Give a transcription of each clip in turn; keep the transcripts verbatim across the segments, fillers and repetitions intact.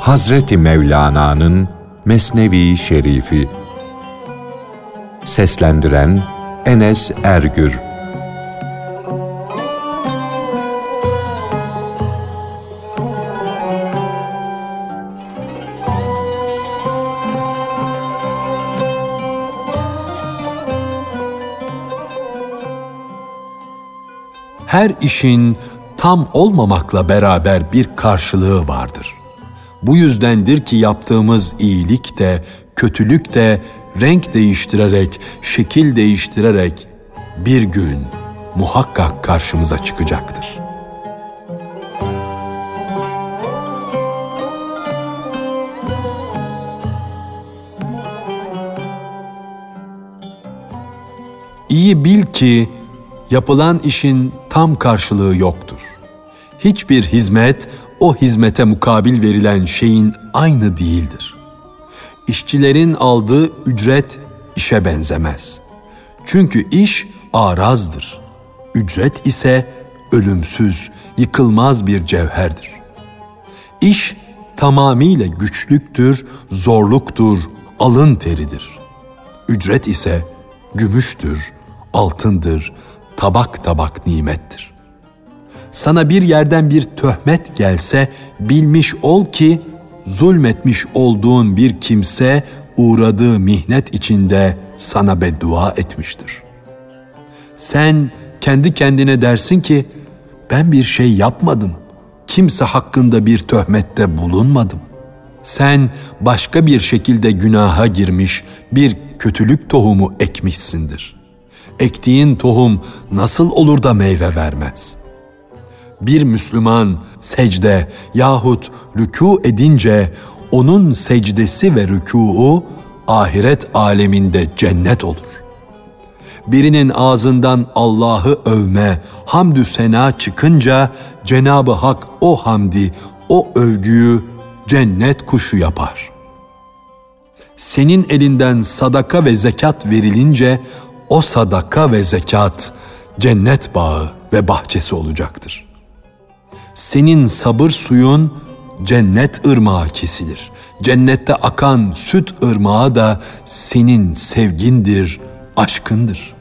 Hazreti Mevlana'nın Mesnevi Şerifi. Seslendiren Enes Ergür. Her işin tam olmamakla beraber bir karşılığı vardır. Bu yüzdendir ki yaptığımız iyilik de, kötülük de renk değiştirerek, şekil değiştirerek bir gün muhakkak karşımıza çıkacaktır. İyi bil ki yapılan işin tam karşılığı yoktur. Hiçbir hizmet o hizmete mukabil verilen şeyin aynı değildir. İşçilerin aldığı ücret işe benzemez. Çünkü iş arazdır. Ücret ise ölümsüz, yıkılmaz bir cevherdir. İş tamamıyla güçlüktür, zorluktur, alın teridir. Ücret ise gümüştür, altındır, tabak tabak nimettir. Sana bir yerden bir töhmet gelse bilmiş ol ki zulmetmiş olduğun bir kimse uğradığı mihnet içinde sana beddua etmiştir. Sen kendi kendine dersin ki ben bir şey yapmadım, kimse hakkında bir töhmette bulunmadım. Sen başka bir şekilde günaha girmiş bir kötülük tohumu ekmişsindir. Ektiğin tohum nasıl olur da meyve vermez? Bir Müslüman secde yahut rükû edince onun secdesi ve rükûu ahiret aleminde cennet olur. Birinin ağzından Allah'ı övme, hamdü sena çıkınca Cenab-ı Hak o hamdi, o övgüyü cennet kuşu yapar. Senin elinden sadaka ve zekat verilince o sadaka ve zekat cennet bağı ve bahçesi olacaktır. Senin sabır suyun cennet ırmağı kesilir. Cennette akan süt ırmağı da senin sevgindir, aşkındır.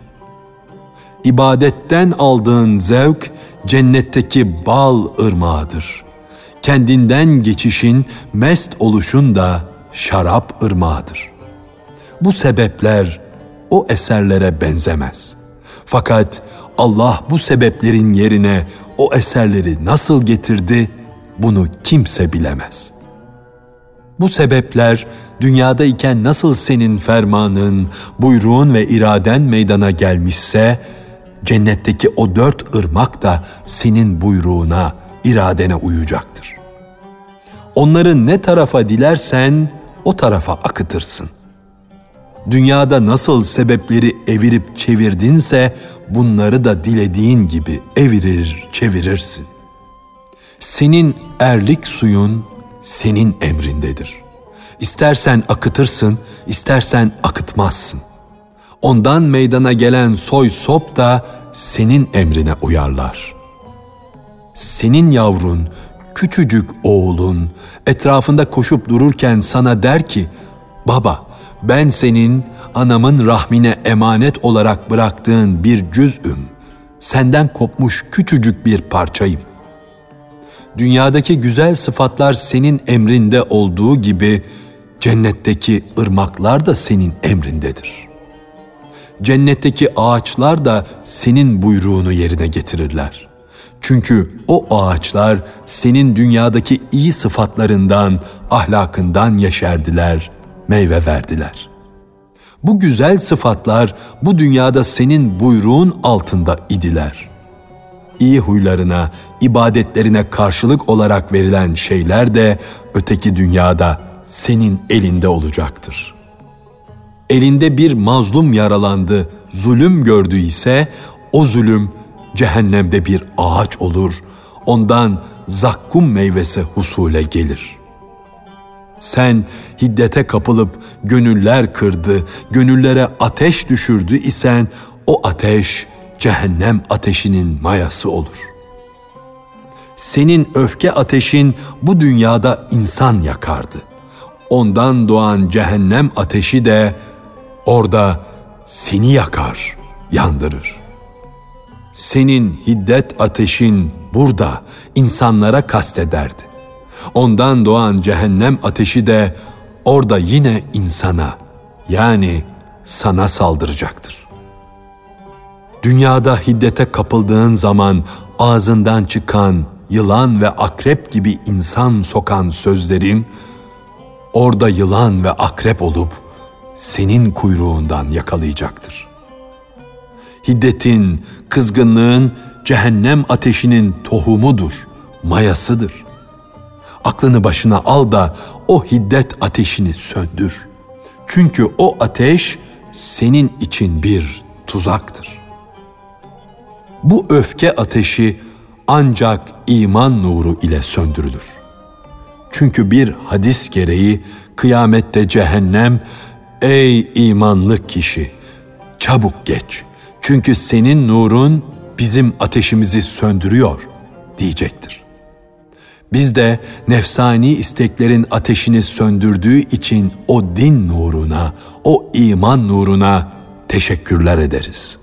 İbadetten aldığın zevk cennetteki bal ırmağıdır. Kendinden geçişin, mest oluşun da şarap ırmağıdır. Bu sebepler o eserlere benzemez. Fakat Allah bu sebeplerin yerine o eserleri nasıl getirdi, bunu kimse bilemez. Bu sebepler dünyadayken nasıl senin fermanın, buyruğun ve iraden meydana gelmişse, cennetteki o dört ırmak da senin buyruğuna, iradene uyacaktır. Onları ne tarafa dilersen o tarafa akıtırsın. Dünyada nasıl sebepleri evirip çevirdinse bunları da dilediğin gibi evirir, çevirirsin. Senin erlik suyun senin emrindedir. İstersen akıtırsın, istersen akıtmazsın. Ondan meydana gelen soy sop da senin emrine uyarlar. Senin yavrun, küçücük oğlun etrafında koşup dururken sana der ki, baba, ben senin anamın rahmine emanet olarak bıraktığın bir cüz'üm, senden kopmuş küçücük bir parçayım. Dünyadaki güzel sıfatlar senin emrinde olduğu gibi, cennetteki ırmaklar da senin emrindedir. Cennetteki ağaçlar da senin buyruğunu yerine getirirler. Çünkü o ağaçlar senin dünyadaki iyi sıfatlarından, ahlakından yeşerdiler, meyve verdiler. Bu güzel sıfatlar bu dünyada senin buyruğun altında idiler. İyi huylarına, ibadetlerine karşılık olarak verilen şeyler de öteki dünyada senin elinde olacaktır. Elinde bir mazlum yaralandı, zulüm gördü ise o zulüm cehennemde bir ağaç olur, ondan zakkum meyvesi husule gelir. Sen hiddete kapılıp gönüller kırdı, gönüllere ateş düşürdü isen o ateş cehennem ateşinin mayası olur. Senin öfke ateşin bu dünyada insan yakardı. Ondan doğan cehennem ateşi de orada seni yakar, yandırır. Senin hiddet ateşin burada insanlara kastederdi. Ondan doğan cehennem ateşi de orada yine insana, yani sana saldıracaktır. Dünyada hiddete kapıldığın zaman ağzından çıkan yılan ve akrep gibi insan sokan sözlerin orada yılan ve akrep olup senin kuyruğundan yakalayacaktır. Hiddetin, kızgınlığın cehennem ateşinin tohumudur, mayasıdır. Aklını başına al da o hiddet ateşini söndür. Çünkü o ateş senin için bir tuzaktır. Bu öfke ateşi ancak iman nuru ile söndürülür. Çünkü bir hadis gereği kıyamette cehennem, ey imanlı kişi, çabuk geç. Çünkü senin nurun bizim ateşimizi söndürüyor diyecektir. Biz de nefsani isteklerin ateşini söndürdüğü için o din nuruna, o iman nuruna teşekkürler ederiz.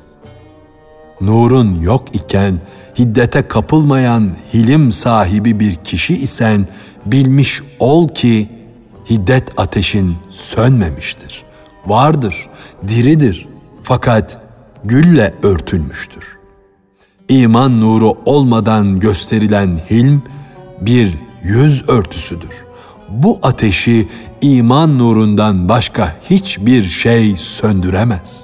Nurun yok iken hiddete kapılmayan hilim sahibi bir kişi isen bilmiş ol ki hiddet ateşin sönmemiştir. Vardır, diridir fakat gülle örtülmüştür. İman nuru olmadan gösterilen hilm bir yüz örtüsüdür. Bu ateşi iman nurundan başka hiçbir şey söndüremez.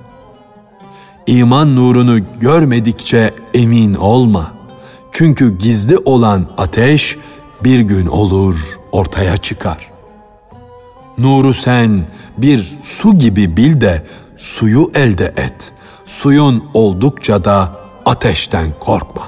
İman nurunu görmedikçe emin olma. Çünkü gizli olan ateş bir gün olur, ortaya çıkar. Nuru sen bir su gibi bil de suyu elde et. Suyun oldukça da ateşten korkma.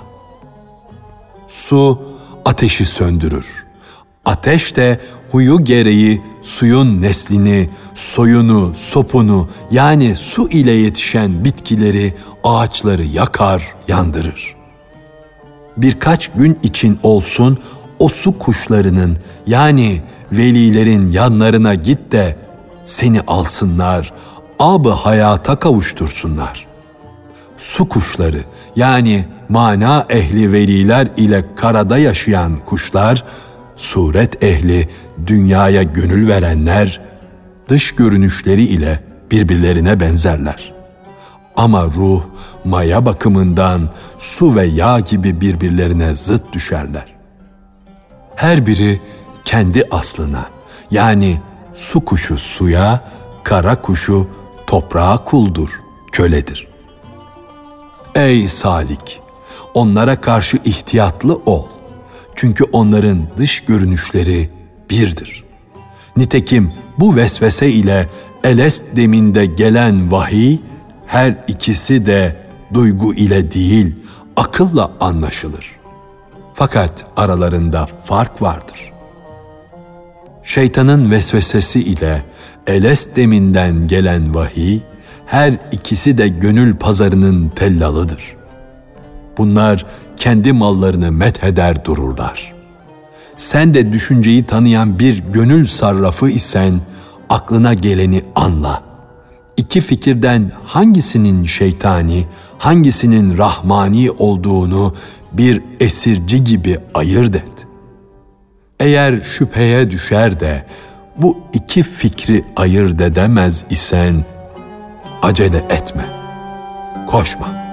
Su ateşi söndürür. Ateş de huyu gereği suyun neslini, soyunu, sopunu yani su ile yetişen bitkileri, ağaçları yakar, yandırır. Birkaç gün için olsun o su kuşlarının yani velilerin yanlarına git de seni alsınlar, ab-ı hayata kavuştursunlar. Su kuşları yani mana ehli veliler ile karada yaşayan kuşlar, suret ehli dünyaya gönül verenler, dış görünüşleri ile birbirlerine benzerler. Ama ruh, maya bakımından su ve yağ gibi birbirlerine zıt düşerler. Her biri kendi aslına, yani su kuşu suya, kara kuşu toprağa kuldur, köledir. Ey salik! Onlara karşı ihtiyatlı ol. Çünkü onların dış görünüşleri birdir. Nitekim bu vesvese ile elest deminde gelen vahiy, her ikisi de duygu ile değil, akılla anlaşılır. Fakat aralarında fark vardır. Şeytanın vesvesesi ile elest deminden gelen vahiy, her ikisi de gönül pazarının tellalıdır. Bunlar kendi mallarını metheder dururlar. Sen de düşünceyi tanıyan bir gönül sarrafı isen aklına geleni anla. İki fikirden hangisinin şeytani, hangisinin rahmani olduğunu bir esirci gibi ayırt et. Eğer şüpheye düşer de bu iki fikri ayırt edemez isen acele etme, koşma.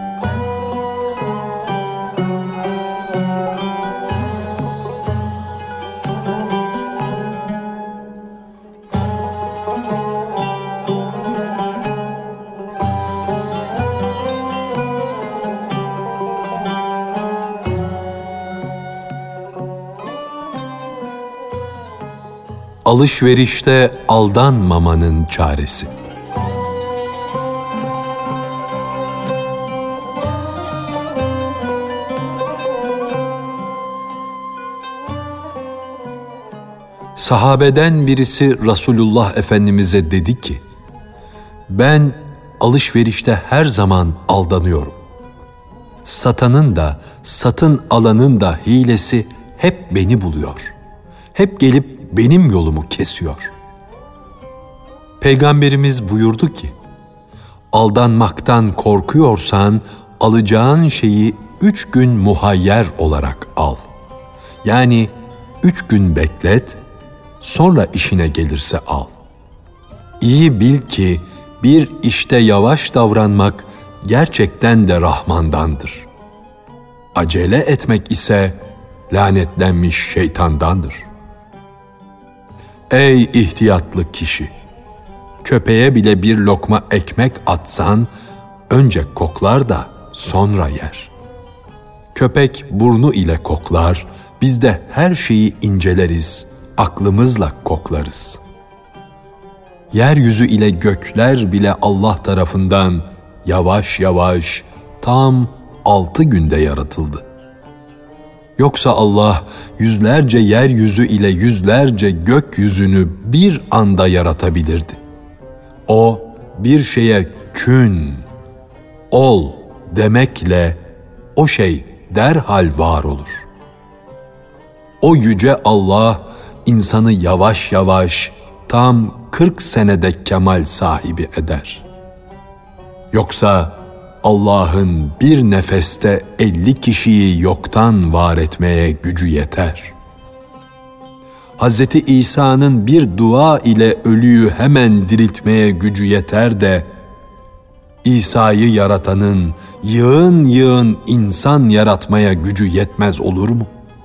Alışverişte aldanmamanın çaresi. Sahabeden birisi Resulullah Efendimiz'e dedi ki, ben alışverişte her zaman aldanıyorum. Satanın da satın alanın da hilesi hep beni buluyor. Hep gelip benim yolumu kesiyor. Peygamberimiz buyurdu ki, aldanmaktan korkuyorsan alacağın şeyi üç gün muhayyer olarak al. Yani üç gün beklet, sonra işine gelirse al. İyi bil ki bir işte yavaş davranmak gerçekten de Rahman'dandır. Acele etmek ise lanetlenmiş şeytandandır. Ey ihtiyatlı kişi! Köpeğe bile bir lokma ekmek atsan, önce koklar da sonra yer. Köpek burnu ile koklar, biz de her şeyi inceleriz, aklımızla koklarız. Yeryüzü ile gökler bile Allah tarafından yavaş yavaş tam altı günde yaratıldı. Yoksa Allah yüzlerce yeryüzü ile yüzlerce gökyüzünü bir anda yaratabilirdi. O bir şeye kün, ol demekle o şey derhal var olur. O yüce Allah insanı yavaş yavaş tam kırk senede kemal sahibi eder. Yoksa Allah'ın bir nefeste elli kişiyi yoktan var etmeye gücü yeter. Hazreti İsa'nın bir dua ile ölüyü hemen diriltmeye gücü yeter de, İsa'yı yaratanın yığın yığın insan yaratmaya gücü yetmez olur mu?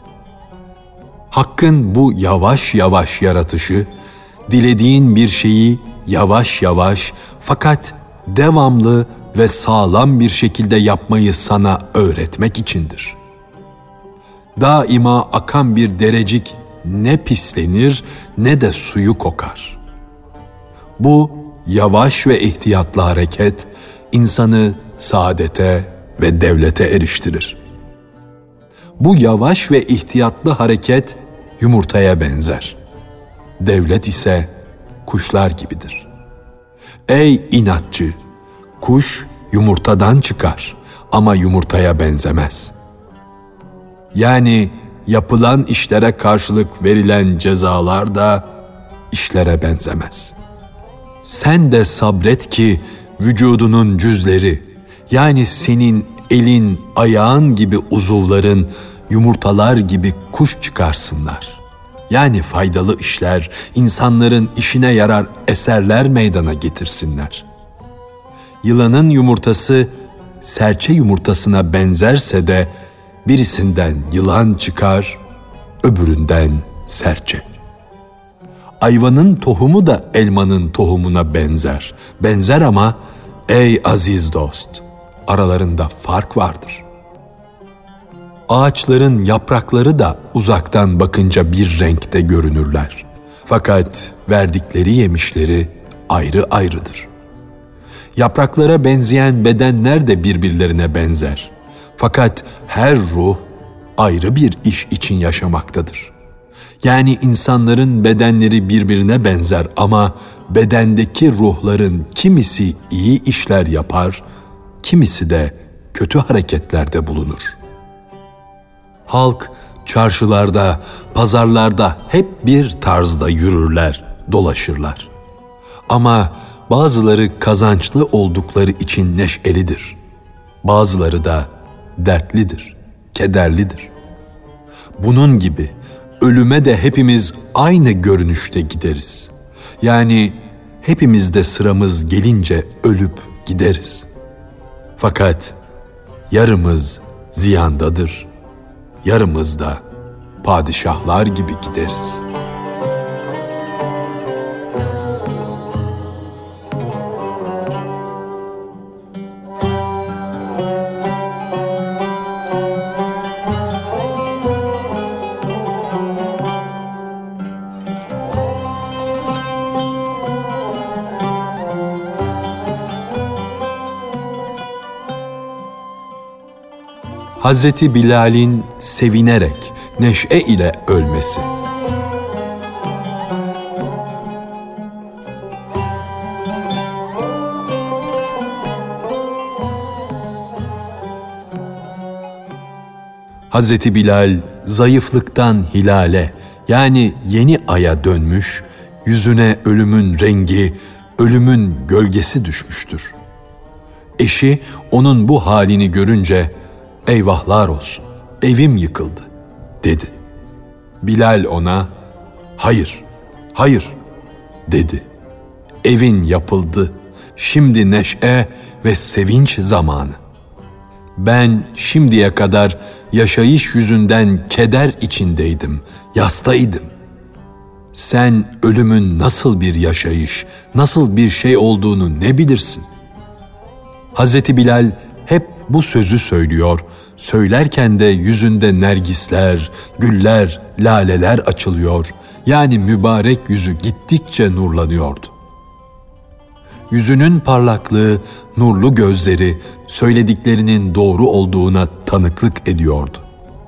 Hakk'ın bu yavaş yavaş yaratışı, dilediğin bir şeyi yavaş yavaş fakat devamlı ve sağlam bir şekilde yapmayı sana öğretmek içindir. Daima akan bir derecik ne pislenir ne de suyu kokar. Bu yavaş ve ihtiyatlı hareket insanı saadete ve devlete eriştirir. Bu yavaş ve ihtiyatlı hareket yumurtaya benzer. Devlet ise kuşlar gibidir. Ey inatçı! Kuş yumurtadan çıkar ama yumurtaya benzemez. Yani yapılan işlere karşılık verilen cezalar da işlere benzemez. Sen de sabret ki vücudunun cüzleri, yani senin elin, ayağın gibi uzuvların yumurtalar gibi kuş çıkarsınlar. Yani faydalı işler, insanların işine yarar eserler meydana getirsinler. Yılanın yumurtası serçe yumurtasına benzerse de birisinden yılan çıkar, öbüründen serçe. Ayvanın tohumu da elmanın tohumuna benzer. Benzer ama ey aziz dost, aralarında fark vardır. Ağaçların yaprakları da uzaktan bakınca bir renkte görünürler. Fakat verdikleri yemişleri ayrı ayrıdır. Yapraklara benzeyen bedenler de birbirlerine benzer. Fakat her ruh ayrı bir iş için yaşamaktadır. Yani insanların bedenleri birbirine benzer ama bedendeki ruhların kimisi iyi işler yapar, kimisi de kötü hareketlerde bulunur. Halk çarşılarda, pazarlarda hep bir tarzda yürürler, dolaşırlar. Ama bazıları kazançlı oldukları için neşelidir. Bazıları da dertlidir, kederlidir. Bunun gibi ölüme de hepimiz aynı görünüşte gideriz. Yani hepimiz de sıramız gelince ölüp gideriz. Fakat yarımız ziyandadır, yarımız da padişahlar gibi gideriz. Hazreti Bilal'in sevinerek, neşe ile ölmesi. Hazreti Bilal zayıflıktan hilale, yani yeni aya dönmüş, yüzüne ölümün rengi, ölümün gölgesi düşmüştür. Eşi onun bu halini görünce, eyvahlar olsun, evim yıkıldı, dedi. Bilal ona, hayır, hayır, dedi. Evin yapıldı, şimdi neşe ve sevinç zamanı. Ben şimdiye kadar yaşayış yüzünden keder içindeydim, yastaydım. Sen ölümün nasıl bir yaşayış, nasıl bir şey olduğunu ne bilirsin? Hazreti Bilal hep bu sözü söylüyor, söylerken de yüzünde nergisler, güller, laleler açılıyor, yani mübarek yüzü gittikçe nurlanıyordu. Yüzünün parlaklığı, nurlu gözleri, söylediklerinin doğru olduğuna tanıklık ediyordu.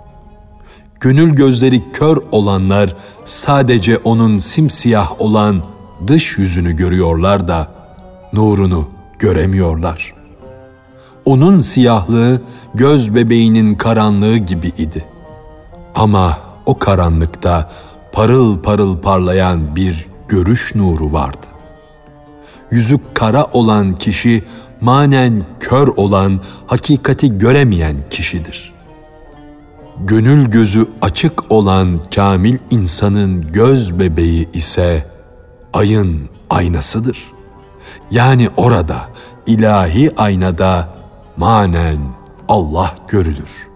Gönül gözleri kör olanlar sadece onun simsiyah olan dış yüzünü görüyorlar da nurunu göremiyorlar. Onun siyahlığı göz bebeğinin karanlığı gibi idi. Ama o karanlıkta parıl parıl parlayan bir görüş nuru vardı. Yüzü kara olan kişi manen kör olan, hakikati göremeyen kişidir. Gönül gözü açık olan kamil insanın göz bebeği ise ayın aynasıdır. Yani orada, ilahi aynada manen Allah görülür.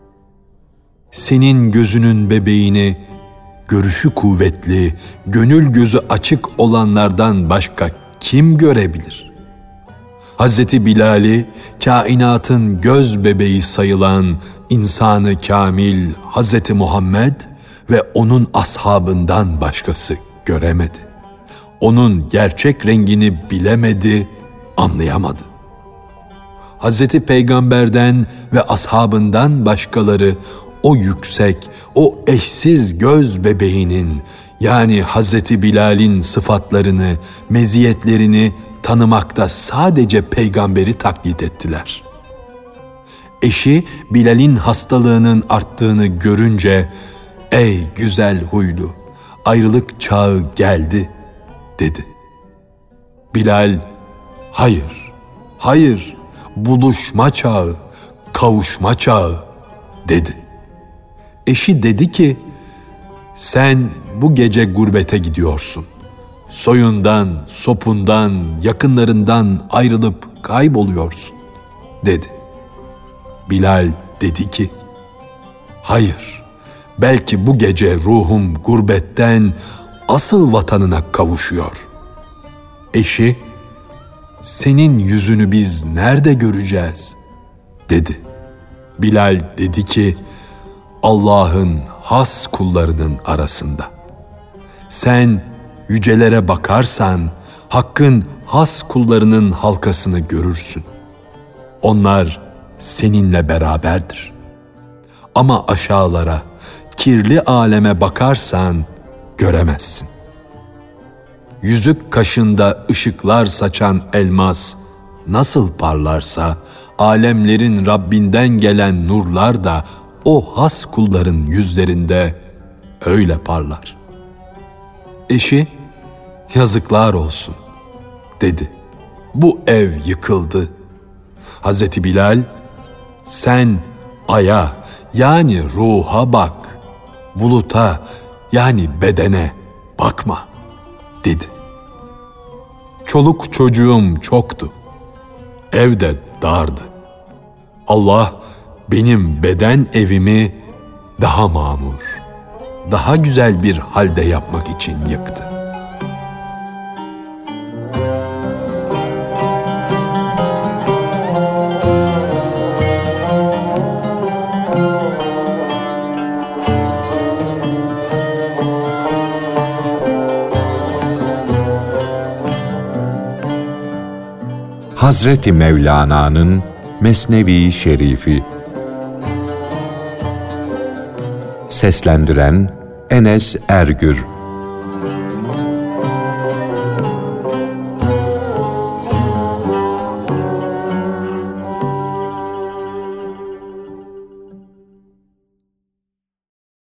Senin gözünün bebeğini görüşü kuvvetli, gönül gözü açık olanlardan başka kim görebilir? Hazreti Bilal'i kainatın göz bebeği sayılan insanı kamil Hazreti Muhammed ve onun ashabından başkası göremedi. Onun gerçek rengini bilemedi, anlayamadı. Hazreti Peygamber'den ve ashabından başkaları o yüksek, o eşsiz göz bebeğinin, yani Hazreti Bilal'in sıfatlarını, meziyetlerini tanımakta sadece peygamberi taklit ettiler. Eşi Bilal'in hastalığının arttığını görünce, ''Ey güzel huylu, ayrılık çağı geldi.'' dedi. Bilal, ''Hayır, hayır, buluşma çağı, kavuşma çağı.'' dedi. Eşi dedi ki, ''Sen bu gece gurbete gidiyorsun. Soyundan, sopundan, yakınlarından ayrılıp kayboluyorsun.'' dedi. Bilal dedi ki, ''Hayır, belki bu gece ruhum gurbetten asıl vatanına kavuşuyor.'' Eşi, ''Senin yüzünü biz nerede göreceğiz?'' dedi. Bilal dedi ki, ''Allah'ın has kullarının arasında. Sen yücelere bakarsan Hakk'ın has kullarının halkasını görürsün. Onlar seninle beraberdir. Ama aşağılara, kirli aleme bakarsan göremezsin. Yüzük kaşında ışıklar saçan elmas nasıl parlarsa, alemlerin Rabbinden gelen nurlar da o has kulların yüzlerinde öyle parlar.'' Eşi, ''Yazıklar olsun.'' dedi. ''Bu ev yıkıldı.'' Hazreti Bilal, ''Sen aya, yani ruha bak, buluta, yani bedene bakma.'' dedi. Çoluk çocuğum çoktu. Evde dardı. Allah benim beden evimi daha mamur, daha güzel bir halde yapmak için yıktı. Hazreti Mevlana'nın Mesnevi Şerifi. Seslendiren Enes Ergür.